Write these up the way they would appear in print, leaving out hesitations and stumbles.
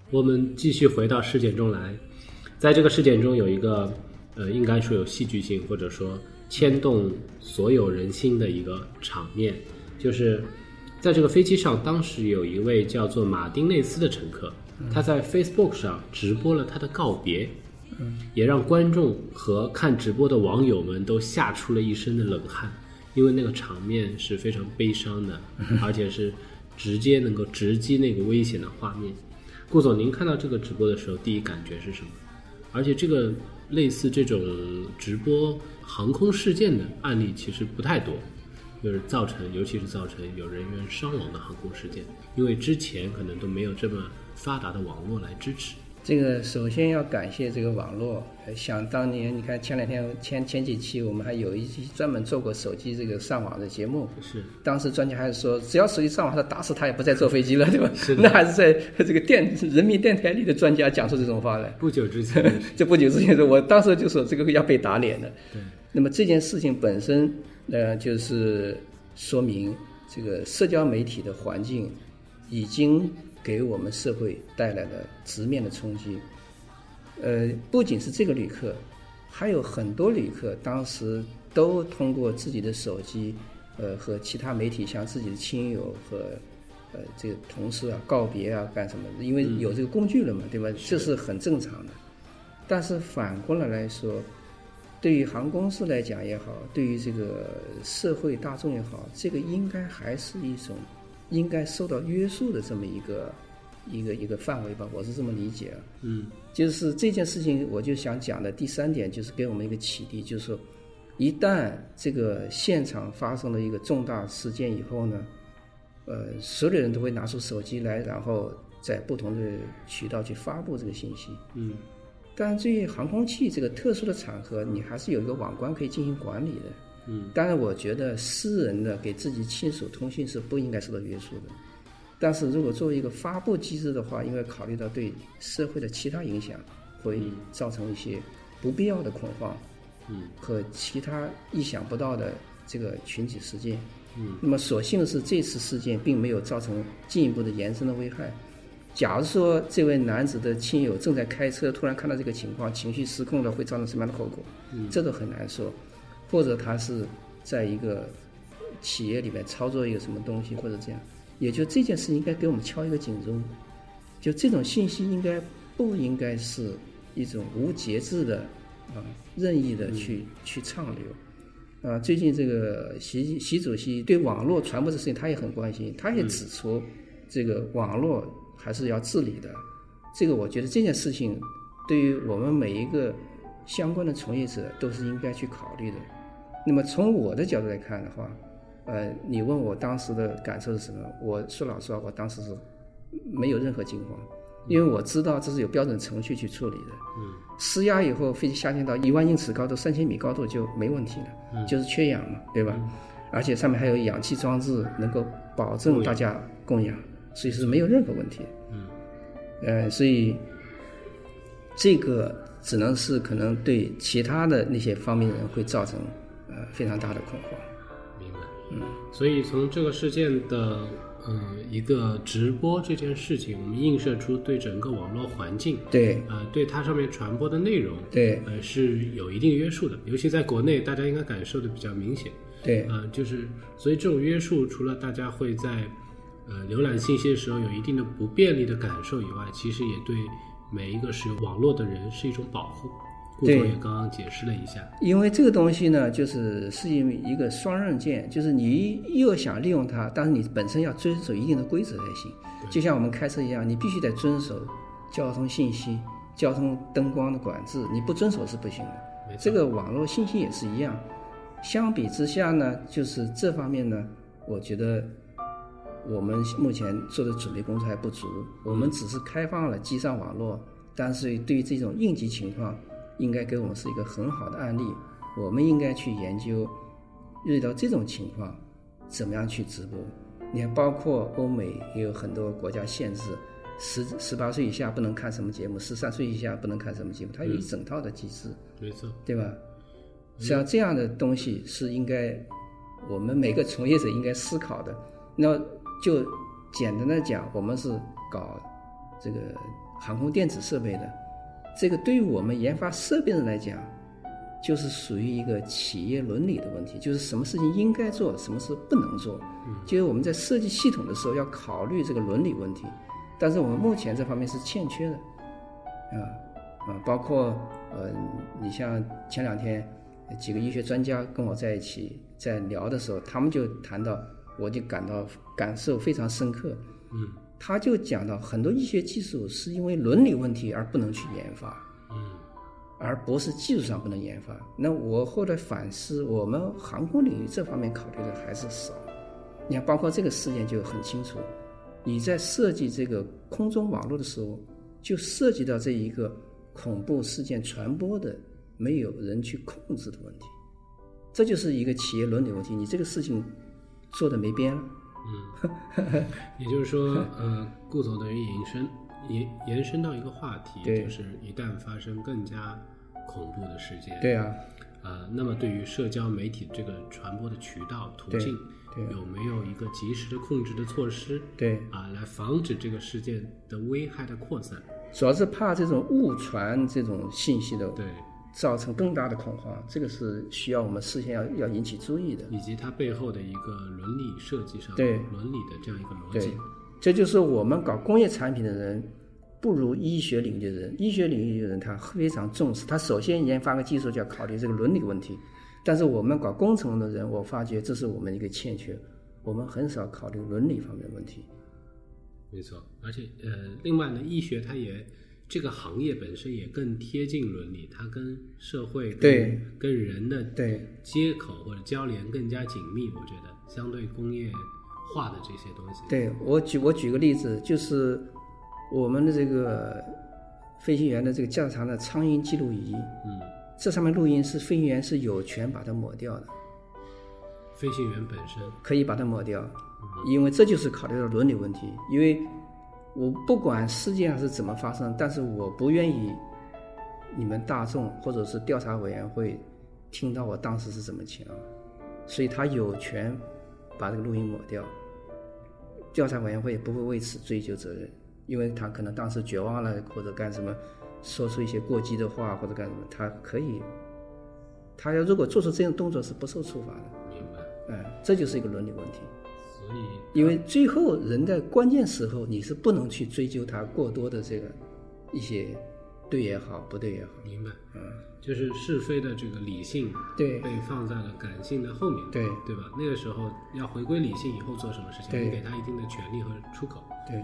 我们继续回到事件中来，在这个事件中有一个应该说有戏剧性或者说牵动所有人心的一个场面，就是在这个飞机上，当时有一位叫做马丁内斯的乘客，他在 Facebook 上直播了他的告别，也让观众和看直播的网友们都吓出了一身的冷汗，因为那个场面是非常悲伤的，而且是直接能够直击那个危险的画面。顾总，您看到这个直播的时候第一感觉是什么？而且这个类似这种直播航空事件的案例其实不太多，就是尤其是造成有人员伤亡的航空事件，因为之前可能都没有这么发达的网络来支持。 这个首先要感谢这个网络，想当年你看前几期我们还有一期专门做过手机这个上网的节目， 是当时专家还是说只要手机上网他打死他也不再坐飞机了，对吧？ 是的， 那还是在这个人民电台里的专家讲出这种话来。 不久之前这不久之前我当时就说这个要被打脸的。 对， 那么这件事情本身就是说明这个社交媒体的环境已经给我们社会带来了直面的冲击。不仅是这个旅客，还有很多旅客当时都通过自己的手机，和其他媒体向自己的亲友和这个同事啊告别啊干什么的，因为有这个工具了嘛，对吧？这是很正常的。但是反过来说，对于航空公司来讲也好，对于这个社会大众也好，这个应该还是一种应该受到约束的这么一个范围吧，我是这么理解啊。就是这件事情我就想讲的第三点，就是给我们一个启迪，就是说一旦这个现场发生了一个重大事件以后呢，所有的人都会拿出手机来，然后在不同的渠道去发布这个信息。当然对于航空器这个特殊的场合，你还是有一个网关可以进行管理的。当然我觉得私人的给自己亲属通讯是不应该受到约束的，但是如果作为一个发布机制的话，因为考虑到对社会的其他影响，会造成一些不必要的恐慌，和其他意想不到的这个群体事件。那么所幸的是这次事件并没有造成进一步的延伸的危害。假如说这位男子的亲友正在开车，突然看到这个情况，情绪失控了，会造成什么样的后果？这都很难说。或者他是在一个企业里面操作一个什么东西，或者这样，也就这件事应该给我们敲一个警钟，就这种信息不应该是一种无节制的任意的去畅流。最近这个习主席对网络传播的事情他也很关心，他也指出这个网络还是要治理的。这个我觉得这件事情对于我们每一个相关的从业者都是应该去考虑的。那么从我的角度来看的话，你问我当时的感受是什么？我说老实话，我当时是没有任何惊慌，因为我知道这是有标准程序去处理的。施压以后，飞机下降到1万英尺高度、3000米高度就没问题了，就是缺氧嘛，对吧？而且上面还有氧气装置，能够保证大家供氧，所以是没有任何问题。所以这个只能是可能对其他的那些方面的人会造成非常大的恐慌。 明白。所以从这个事件的一个直播这件事情，我们映射出对整个网络环境， 对对它上面传播的内容， 对是有一定约束的，尤其在国内，大家应该感受的比较明显。 对， 就是所以这种约束，除了大家会在浏览信息的时候有一定的不便利的感受以外，其实也对每一个使用网络的人是一种保护。顾总也刚刚解释了一下， 因为这个东西呢，是一个双刃剑，就是你又想利用它，但是你本身要遵守一定的规则才行。就像我们开车一样，你必须得遵守交通信息、交通灯光的管制，你不遵守是不行的。这个网络信息也是一样。相比之下呢，就是这方面呢，我觉得我们目前做的准备工作还不足，我们只是开放了机上网络，但是对于这种应急情况，应该给我们是一个很好的案例。我们应该去研究遇到这种情况怎么样去直播。你看包括欧美也有很多国家限制18岁以下不能看什么节目，13岁以下不能看什么节目，它有一整套的机制， 没错， 对吧？像这样的东西是应该我们每个从业者应该思考的。那就简单的讲，我们是搞这个航空电子设备的，这个对于我们研发设备人来讲，就是属于一个企业伦理的问题，就是什么事情应该做，什么事不能做。就是我们在设计系统的时候要考虑这个伦理问题，但是我们目前这方面是欠缺的，包括你像前2天几个医学专家跟我在一起在聊的时候，他们就谈到，我就感受非常深刻。他就讲到很多医学技术是因为伦理问题而不能去研发，而不是技术上不能研发。那我后来反思，我们航空领域这方面考虑的还是少。你看，包括这个事件就很清楚，你在设计这个空中网络的时候，就涉及到这一个恐怖事件传播的没有人去控制的问题，这就是一个企业伦理问题。你这个事情做的没边了。 也就是说，顾总等于延伸到一个话题，就是一旦发生更加恐怖的事件， 对啊， 那么对于社交媒体这个传播的渠道途径，有没有一个及时的控制的措施？ 对来防止这个事件的危害的扩散。 主要是怕这种误传这种信息的， 对， 造成更大的恐慌，这个是需要我们事先要引起注意的， 以及它背后的一个伦理设计上对伦理的这样一个逻辑。 对，这就是我们搞工业产品的人不如医学领域的人。医学领域的人他非常重视，他首先研发个技术就要考虑这个伦理问题。但是我们搞工程的人，我发觉这是我们一个欠缺，我们很少考虑伦理方面的问题。 没错，而且另外呢，医学它也这个行业本身也更贴近伦理，它跟社会跟人的接口或者交联更加紧密。我觉得相对工业化的这些东西。 对，我举个例子，就是我们的这个飞行员的这个驾驶舱的苍蝇记录仪，这上面录音是飞行员是有权把它抹掉的。 飞行员本身可以把它抹掉，因为这就是考虑到伦理问题。因为我不管事件是怎么发生，但是我不愿意你们大众或者是调查委员会听到我当时是怎么情况，所以他有权把这个录音抹掉。调查委员会也不会为此追究责任，因为他可能当时绝望了或者干什么，说出一些过激的话或者干什么，他可以，他要如果做出这种动作是不受处罚的。 明白。 这就是一个伦理问题。 所以因为最后人在关键时候你是不能去追究他过多的这个一些对也好不对也好。 明白。就是是非的这个理性被放在了感性的后面，对吧？那个时候要回归理性以后做什么事情，你给他一定的权利和出口。 对。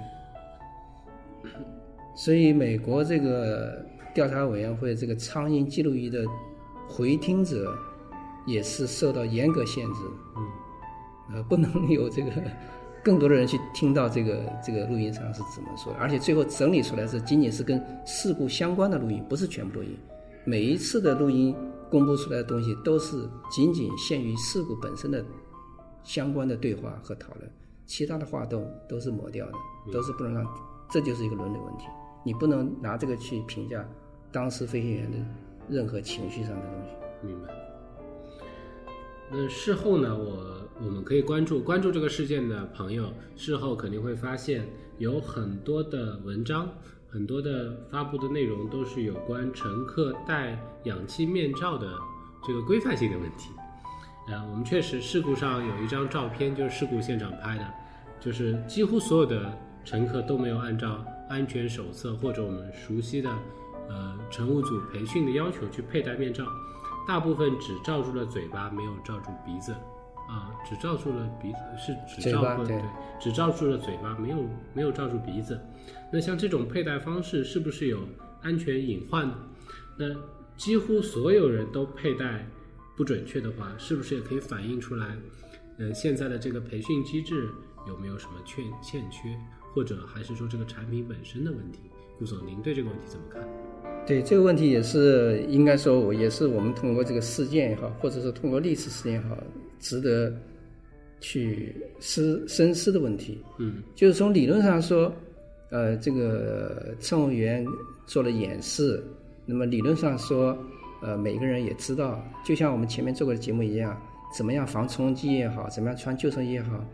所以美国这个调查委员会这个苍蝇记录仪的回听者也是受到严格限制。不能有这个更多的人去听到这个录音上是怎么说的，而且最后整理出来是仅仅是跟事故相关的录音，不是全部录音。每一次的录音公布出来的东西都是仅仅限于事故本身的相关的对话和讨论，其他的话都是抹掉的，都是不能让。这就是一个伦理问题，你不能拿这个去评价当时飞行员的任何情绪上的东西。 明白。那事后呢，我们可以关注这个事件的朋友，事后肯定会发现有很多的文章，很多的发布的内容都是有关乘客戴氧气面罩的这个规范性的问题。我们确实事故上有一张照片，就是事故现场拍的，就是几乎所有的乘客都没有按照安全手册或者我们熟悉的乘务组培训的要求去佩戴面罩。大部分只罩住了嘴巴，没有罩住鼻子，只罩住了鼻子，是只罩住对，只罩住了嘴巴，没有罩住鼻子。那像这种佩戴方式是不是有安全隐患呢？那几乎所有人都佩戴不准确的话，是不是也可以反映出来，现在的这个培训机制有没有什么欠缺，或者还是说这个产品本身的问题？顾总，您对这个问题怎么看？ 对这个问题也是应该说，也是我们通过这个事件也好，或者是通过历史事件也好，值得去深思的问题。就是从理论上说，这个乘务员做了演示，那么理论上说，每个人也知道，就像我们前面做过的节目一样，怎么样防冲击也好，怎么样穿救生衣也好，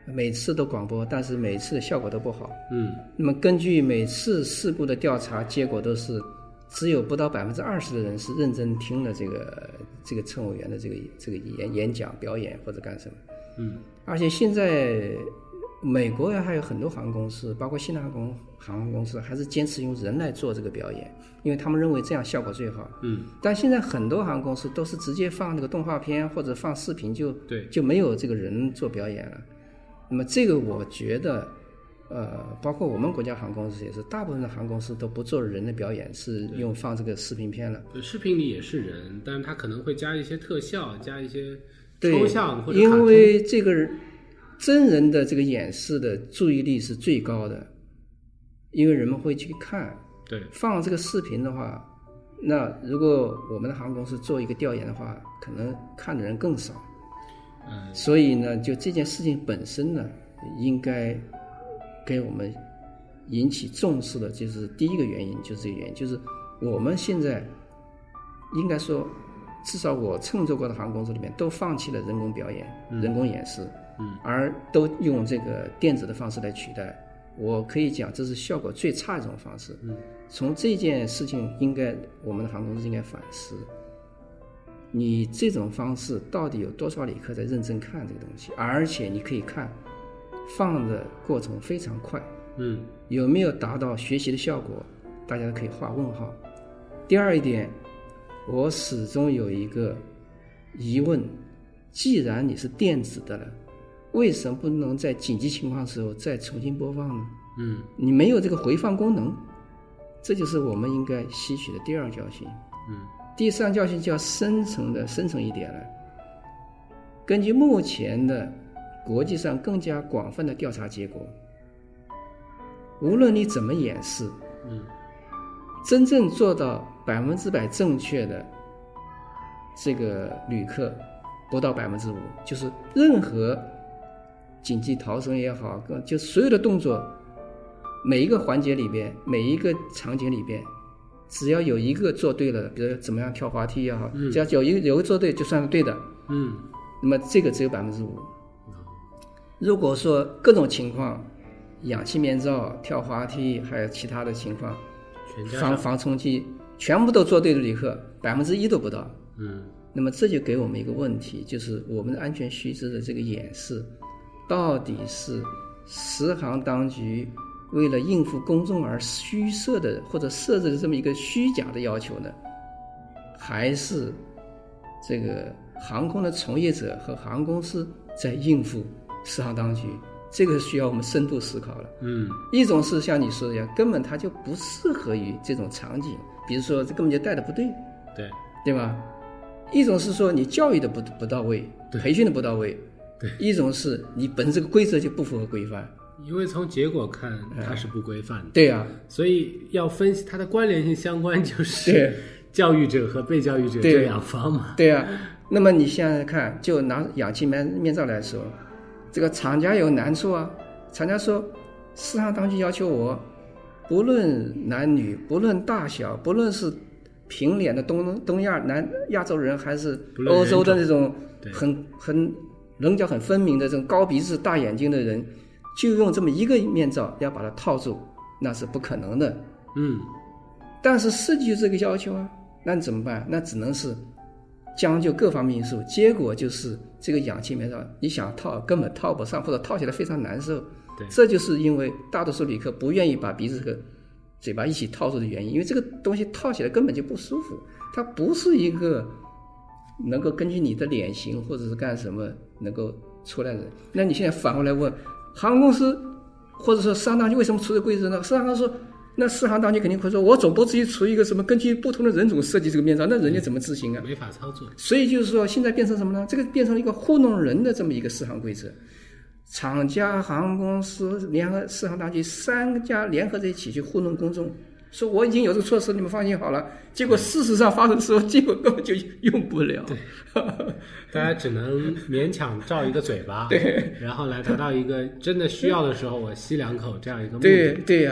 每次都广播，但是每次的效果都不好。 那么根据每次事故的调查结果，都是只有不到20%的人是认真听了这个乘务员的这个演讲表演或者干什么。而且现在美国还有很多航空公司，包括新的航空公司，还是坚持用人来做这个表演，因为他们认为这样效果最好。但现在很多航空公司都是直接放那个动画片或者放视频，就没有这个人做表演了。那么这个我觉得，包括我们国家航空公司也是，大部分的航空公司都不做人的表演，是用放这个视频片了。 视频里也是人，但是他可能会加一些特效，加一些抽象或者因为这个真人的这个演示的注意力是最高的，因为人们会去看。 对， 放这个视频的话，那如果我们的航空公司做一个调研的话，可能看的人更少。所以呢，就这件事情本身呢，应该给我们引起重视的，就是第一个原因，就是这个原因，就是我们现在应该说，至少我乘坐过的航空公司里面都放弃了人工表演、人工演示，而都用这个电子的方式来取代。我可以讲，这是效果最差的一种方式。从这件事情，我们的航空公司应该反思。你这种方式到底有多少旅客在认真看这个东西？而且你可以看，放的过程非常快，有没有达到学习的效果？大家都可以画问号。第二一点，我始终有一个疑问：既然你是电子的了，为什么不能在紧急情况的时候再重新播放呢？你没有这个回放功能，这就是我们应该吸取的第二教训。第三教训就要深层一点了。根据目前的国际上更加广泛的调查结果，无论你怎么演示，真正做到100%正确的这个旅客不到5%，就是任何紧急逃生也好，就所有的动作，每一个环节里边，每一个场景里边，只要有一个做对了，比如怎么样跳滑梯也好，只要有一个做对就算是对的。那么这个只有5%。如果说各种情况，氧气面罩、跳滑梯，还有其他的情况，防冲击，全部都做对的旅客1%都不到。那么这就给我们一个问题，就是我们的安全须知的这个演示，到底是实航当局为了应付公众而虚设的或者设置的这么一个虚假的要求呢，还是这个航空的从业者和航空公司在应付实航当局？这个需要我们深度思考了。一种是像你说的一样，根本它就不适合于这种场景，比如说这根本就带的不对，对吧？一种是说你教育的不到位，培训的不到位，一种是你本身这个规则就不符合规范。 因为从结果看，它是不规范的。 对呀， 所以要分析它的关联性相关，就是教育者和被教育者这两方嘛。 对呀，那么你现在看，就拿氧气面罩来说，这个厂家有难处啊。厂家说，实航当局要求我，不论男女，不论大小，不论是平脸的东亚洲人，还是欧洲的这种很棱角很分明的这种高鼻子大眼睛的人，就用这么一个面罩要把它套住，那是不可能的。但是设计这个要求啊，那你怎么办？那只能是将就各方面因素，结果就是这个氧气面罩你想套根本套不上，或者套起来非常难受。这就是因为大多数旅客不愿意把鼻子和嘴巴一起套住的原因，因为这个东西套起来根本就不舒服，它不是一个能够根据你的脸型或者是干什么能够出来的。那你现在反过来问航空公司或者说实航当局为什么出这规则呢？实航当局说，那实航当局肯定会说，我总不至于出一个什么根据不同的人种设计这个面罩，那人家怎么执行啊？ 没法操作。 所以就是说，现在变成什么呢？这个变成了一个糊弄人的这么一个实航规则。厂家、航空公司联合实航当局3家联合在一起去糊弄公众，说我已经有这个措施，你们放心好了。结果事实上发生的时候，结果根本就用不了。 大家只能勉强罩一个嘴巴，然后来达到一个真的需要的时候我吸2口这样一个目的。 对呀。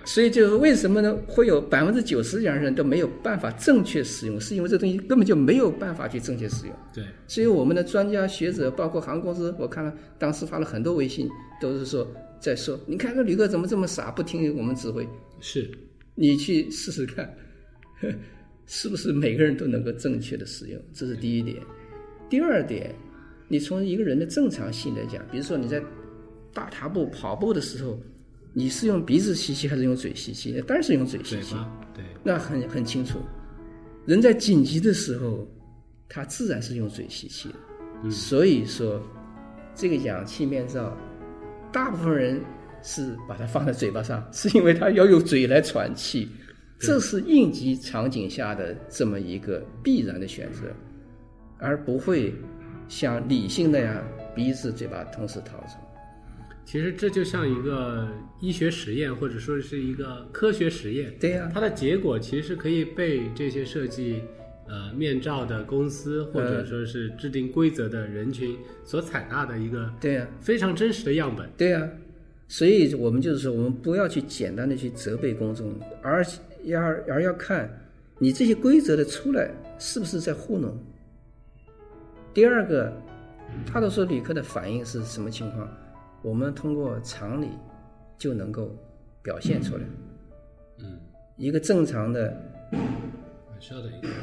所以就是为什么呢？会有90%以上的人都没有办法正确使用，是因为这东西根本就没有办法去正确使用。 对， 所以我们的专家学者，包括航空公司，我看了当时发了很多微信，都是说在说，你看这旅客怎么这么傻，不听我们指挥。 是， 你去试试看，是不是每个人都能够正确的使用？这是第一点。第二点，你从一个人的正常性来讲，比如说你在大踏步跑步的时候，你是用鼻子吸气还是用嘴吸气？当然是用嘴吸气。 对， 那很清楚。人在紧急的时候，他自然是用嘴吸气的。所以说，这个氧气面罩，大部分人是把它放在嘴巴上，是因为他要用嘴来喘气，这是应急场景下的这么一个必然的选择，而不会像理性那样鼻子嘴巴同时掏出。 其实这就像一个医学实验，或者说是一个科学实验。 对呀， 它的结果其实是可以被这些设计面罩的公司或者说是制定规则的人群所采纳的一个非常真实的样本。 对呀，所以我们就是说，我们不要去简单的去责备公众，而要看你这些规则的出来是不是在糊弄。第二个，大多数旅客的反应是什么情况？我们通过常理就能够表现出来。一个正常的， 稍等一下，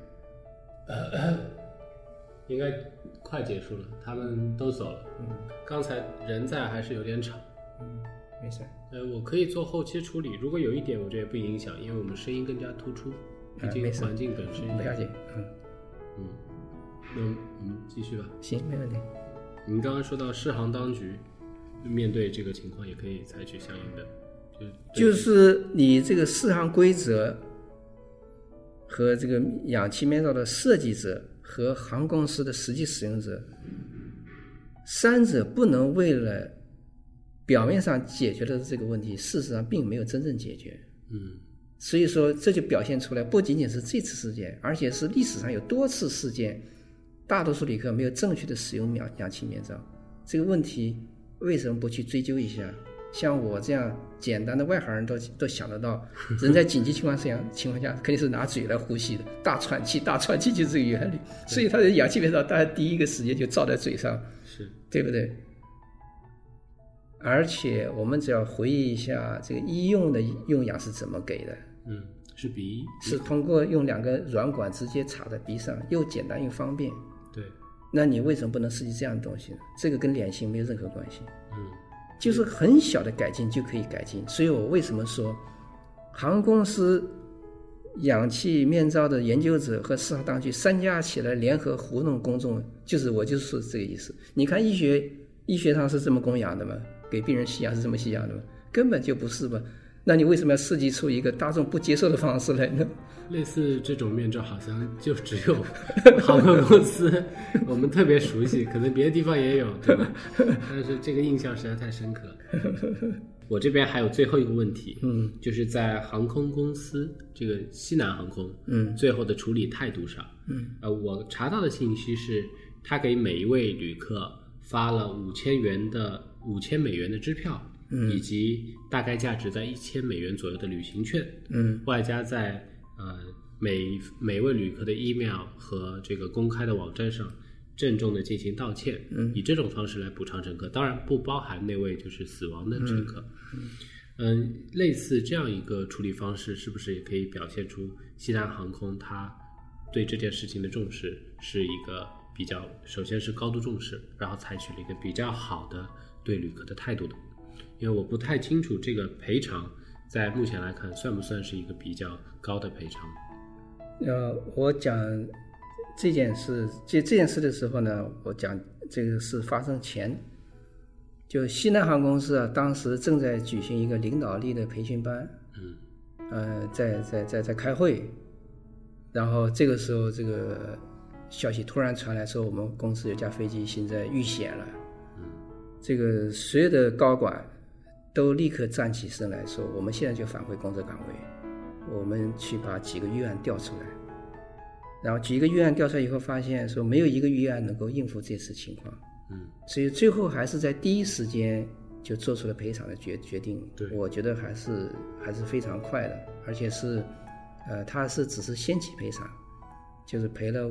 应该快结束了，他们都走了。刚才人在还是有点吵。 没事。 我可以做后期处理，如果有一点我觉得不影响，因为我们声音更加突出，毕竟环境本身。 不要紧。 那我们继续吧。 行，没问题。 你们刚刚说到适航当局面对这个情况也可以采取相应的， 就是你这个适航规则和这个氧气面罩的设计者和航空公司的实际使用者，三者不能为了表面上解决的这个问题，事实上并没有真正解决。所以说这就表现出来，不仅仅是这次事件，而且是历史上有多次事件，大多数旅客没有正确的使用氧气面罩。这个问题为什么不去追究一下？像我这样简单的外行人都想得到，人在紧急情况下肯定是拿嘴来呼吸的，大喘气就是这个原理。所以他的氧气面罩大家第一个时间就罩在嘴上， 是对不对？而且我们只要回忆一下这个医用的用氧是怎么给的。 是鼻， 是通过用2个软管直接插在鼻上，又简单又方便。 对， 那你为什么不能设计这样的东西呢？这个跟脸型没有任何关系。就是很小的改进就可以改进。所以我为什么说航空公司、氧气面罩的研究者和适航当局3家起来联合糊弄公众，我就是说这个意思。你看医学上是这么供氧的吗？给病人吸氧是这么吸氧的吗？根本就不是吧。那你为什么要设计出一个大众不接受的方式来呢？ 类似这种面罩好像就只有航空公司我们特别熟悉，可能别的地方也有，对吧？但是这个印象实在太深刻了。我这边还有最后一个问题，就是在航空公司这个西南航空，最后的处理态度上，我查到的信息是，他给每一位旅客发了5000美元的支票，以及大概价值在1000美元左右的旅行券，外加在每位旅客的 email 和这个公开的网站上郑重的进行道歉，以这种方式来补偿乘客，当然不包含那位就是死亡的乘客。类似这样一个处理方式，是不是也可以表现出西南航空它对这件事情的重视是一个比较，首先是高度重视，然后采取了一个比较好的对旅客的态度的？因为我不太清楚这个赔偿在目前来看算不算是一个比较高的赔偿。 我讲这件事的时候呢，我讲这个事发生前，就西南航空公司当时正在举行一个领导力的培训班，在开会，然后这个时候这个消息突然传来说，我们公司有架飞机现在遇险了，这个所有的高管都立刻站起身来说，我们现在就返回工作岗位，我们去把几个预案调出来。然后几个预案调出来以后，发现说没有一个预案能够应付这次情况，所以最后还是在第一时间就做出了赔偿的决定。我觉得还是非常快的，而且是它只是先期赔偿，就是赔了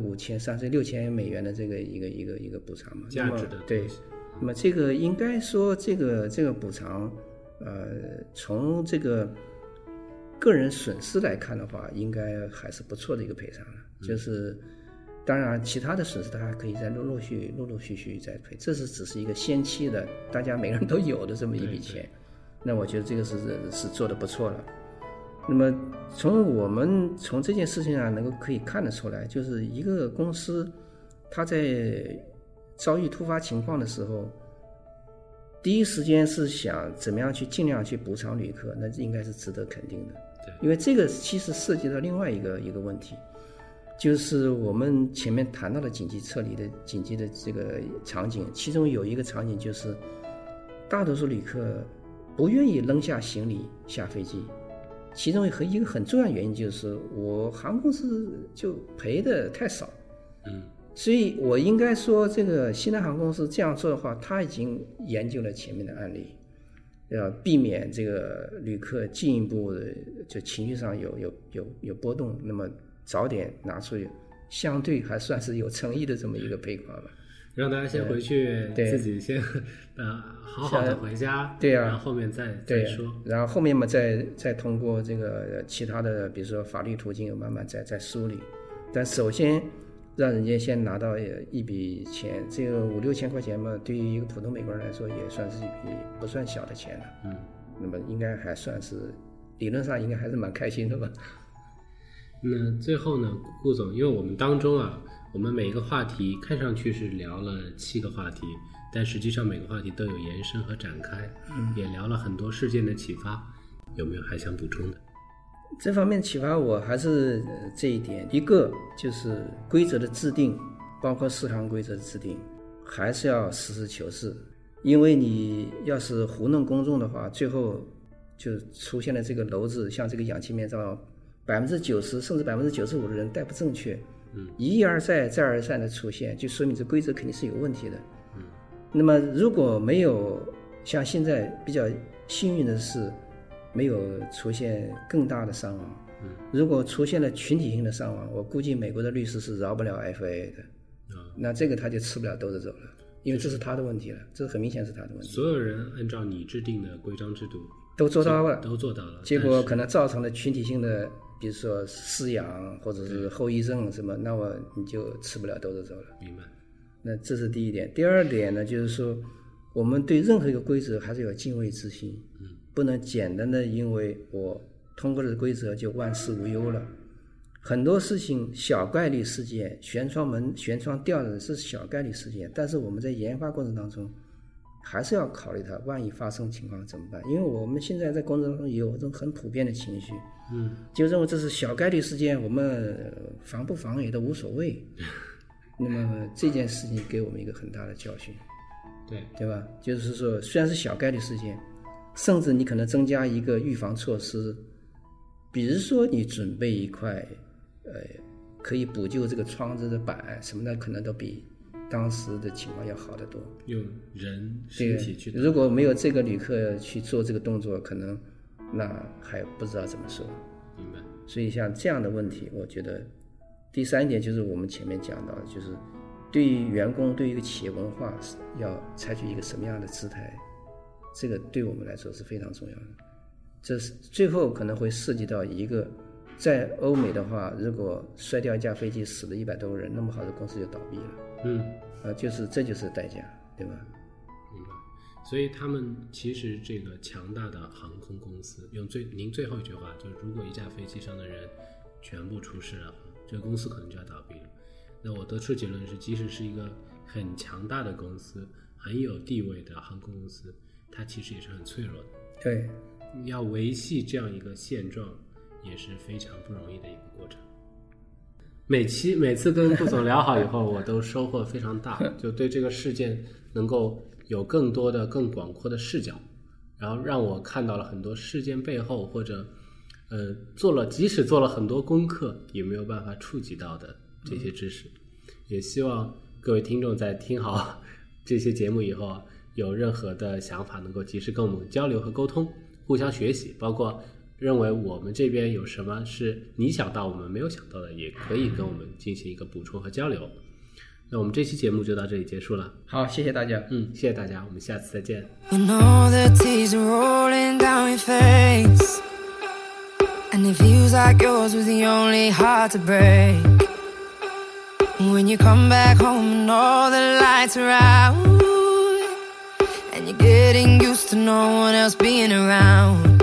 $6000的这个一个补偿嘛， 价值的对。那么这个应该说这个补偿，从这个个人损失来看的话，应该还是不错的一个赔偿了。就是当然其他的损失它还可以再陆陆续续再赔，这只是一个先期的，大家每个人都有的这么一笔钱。那我觉得这个是做得不错了。那么从这件事情上可以看得出来，就是一个公司它在遭遇突发情况的时候，第一时间是想怎么样去尽量去补偿旅客，那应该是值得肯定的。因为这个其实涉及到另外一个问题，就是我们前面谈到的紧急撤离的紧急的这个场景，其中有一个场景就是大多数旅客不愿意扔下行李下飞机，其中一个很重要的原因就是我航空公司就赔的太少。所以我应该说这个西南航空公司这样做的话，他已经研究了前面的案例，要避免这个旅客进一步的就情绪上有波动，那么早点拿出相对还算是有诚意的这么一个赔款吧， 让大家先回去自己先好好的回家， 对啊， 然后后面再说， 然后后面嘛再通过这个其他的比如说法律途径慢慢再梳理，但首先让人家先拿到一笔钱，这个5-6千块钱嘛，对于一个普通美国人来说也算是一笔不算小的钱了。那么应该还算是理论上应该还是蛮开心的吧。 那最后呢，顾总，因为我们当中我们每一个话题看上去是聊了7个话题，但实际上每个话题都有延伸和展开，也聊了很多事件的启发，有没有还想补充的？ 这方面启发我还是这一点，一个就是规则的制定，包括适航规则的制定，还是要实事求是。因为你要是糊弄公众的话，最后就出现了这个篓子，像这个氧气面罩，90%甚至95%的人戴不正确，一而再再而三的出现，就说明这规则肯定是有问题的。那么如果没有像现在比较幸运的是没有出现更大的伤亡，如果出现了群体性的伤亡，我估计美国的律师是饶不了 FAA 的，那这个他就吃不了兜着走了，因为这是他的问题了，这很明显是他的问题。 所有人按照你制定的规章制度都做到了，结果可能造成了群体性的，比如说失氧或者是后遗症什么，那么你就吃不了兜着走了。 明白。 那这是第一点。第二点呢，就是说我们对任何一个规则还是有敬畏之心，不能简单的因为我通过了规则就万事无忧了。很多事情小概率事件，舷窗掉的是小概率事件，但是我们在研发过程当中还是要考虑它万一发生情况怎么办。因为我们现在在工作当中有一种很普遍的情绪，就认为这是小概率事件，我们防不防也都无所谓。那么这件事情给我们一个很大的教训，对吧？就是说虽然是小概率事件，甚至你可能增加一个预防措施，比如说你准备一块可以补救这个窗子的板什么的，可能都比当时的情况要好得多。 用人身体去， 如果没有这个旅客去做这个动作，可能那还不知道怎么说。 明白。 所以像这样的问题，我觉得第三点就是我们前面讲到的，就是对于员工对于一个企业文化要采取一个什么样的姿态，这个对我们来说是非常重要的。这是最后可能会涉及到一个，在欧美的话，如果摔掉一架飞机死了100多个人，那么好的公司就倒闭了。这就是代价，对吧？ 明白。所以他们其实这个强大的航空公司，用您最后一句话，就是如果一架飞机上的人全部出事了，这个公司可能就要倒闭了。那我得出结论是，即使是一个很强大的公司，很有地位的航空公司，它其实也是很脆弱的。 对， 要维系这样一个现状也是非常不容易的一个过程。每次跟顾总聊好以后，我都收获非常大，就对这个事件能够有更多的更广阔的视角，然后让我看到了很多事件背后，或者即使做了很多功课也没有办法触及到的这些知识。也希望各位听众在听好这些节目以后， 有任何的想法能够及时跟我们交流和沟通，互相学习，包括认为我们这边有什么是你想到我们没有想到的，也可以跟我们进行一个补充和交流。那我们这期节目就到这里结束了。 好，谢谢大家。 谢谢大家，我们下次再见。 When all the tears are rolling down your face, and it feels like yours was the only heart to break. When you come back home and all the lights are out, and you're getting used to no one else being around.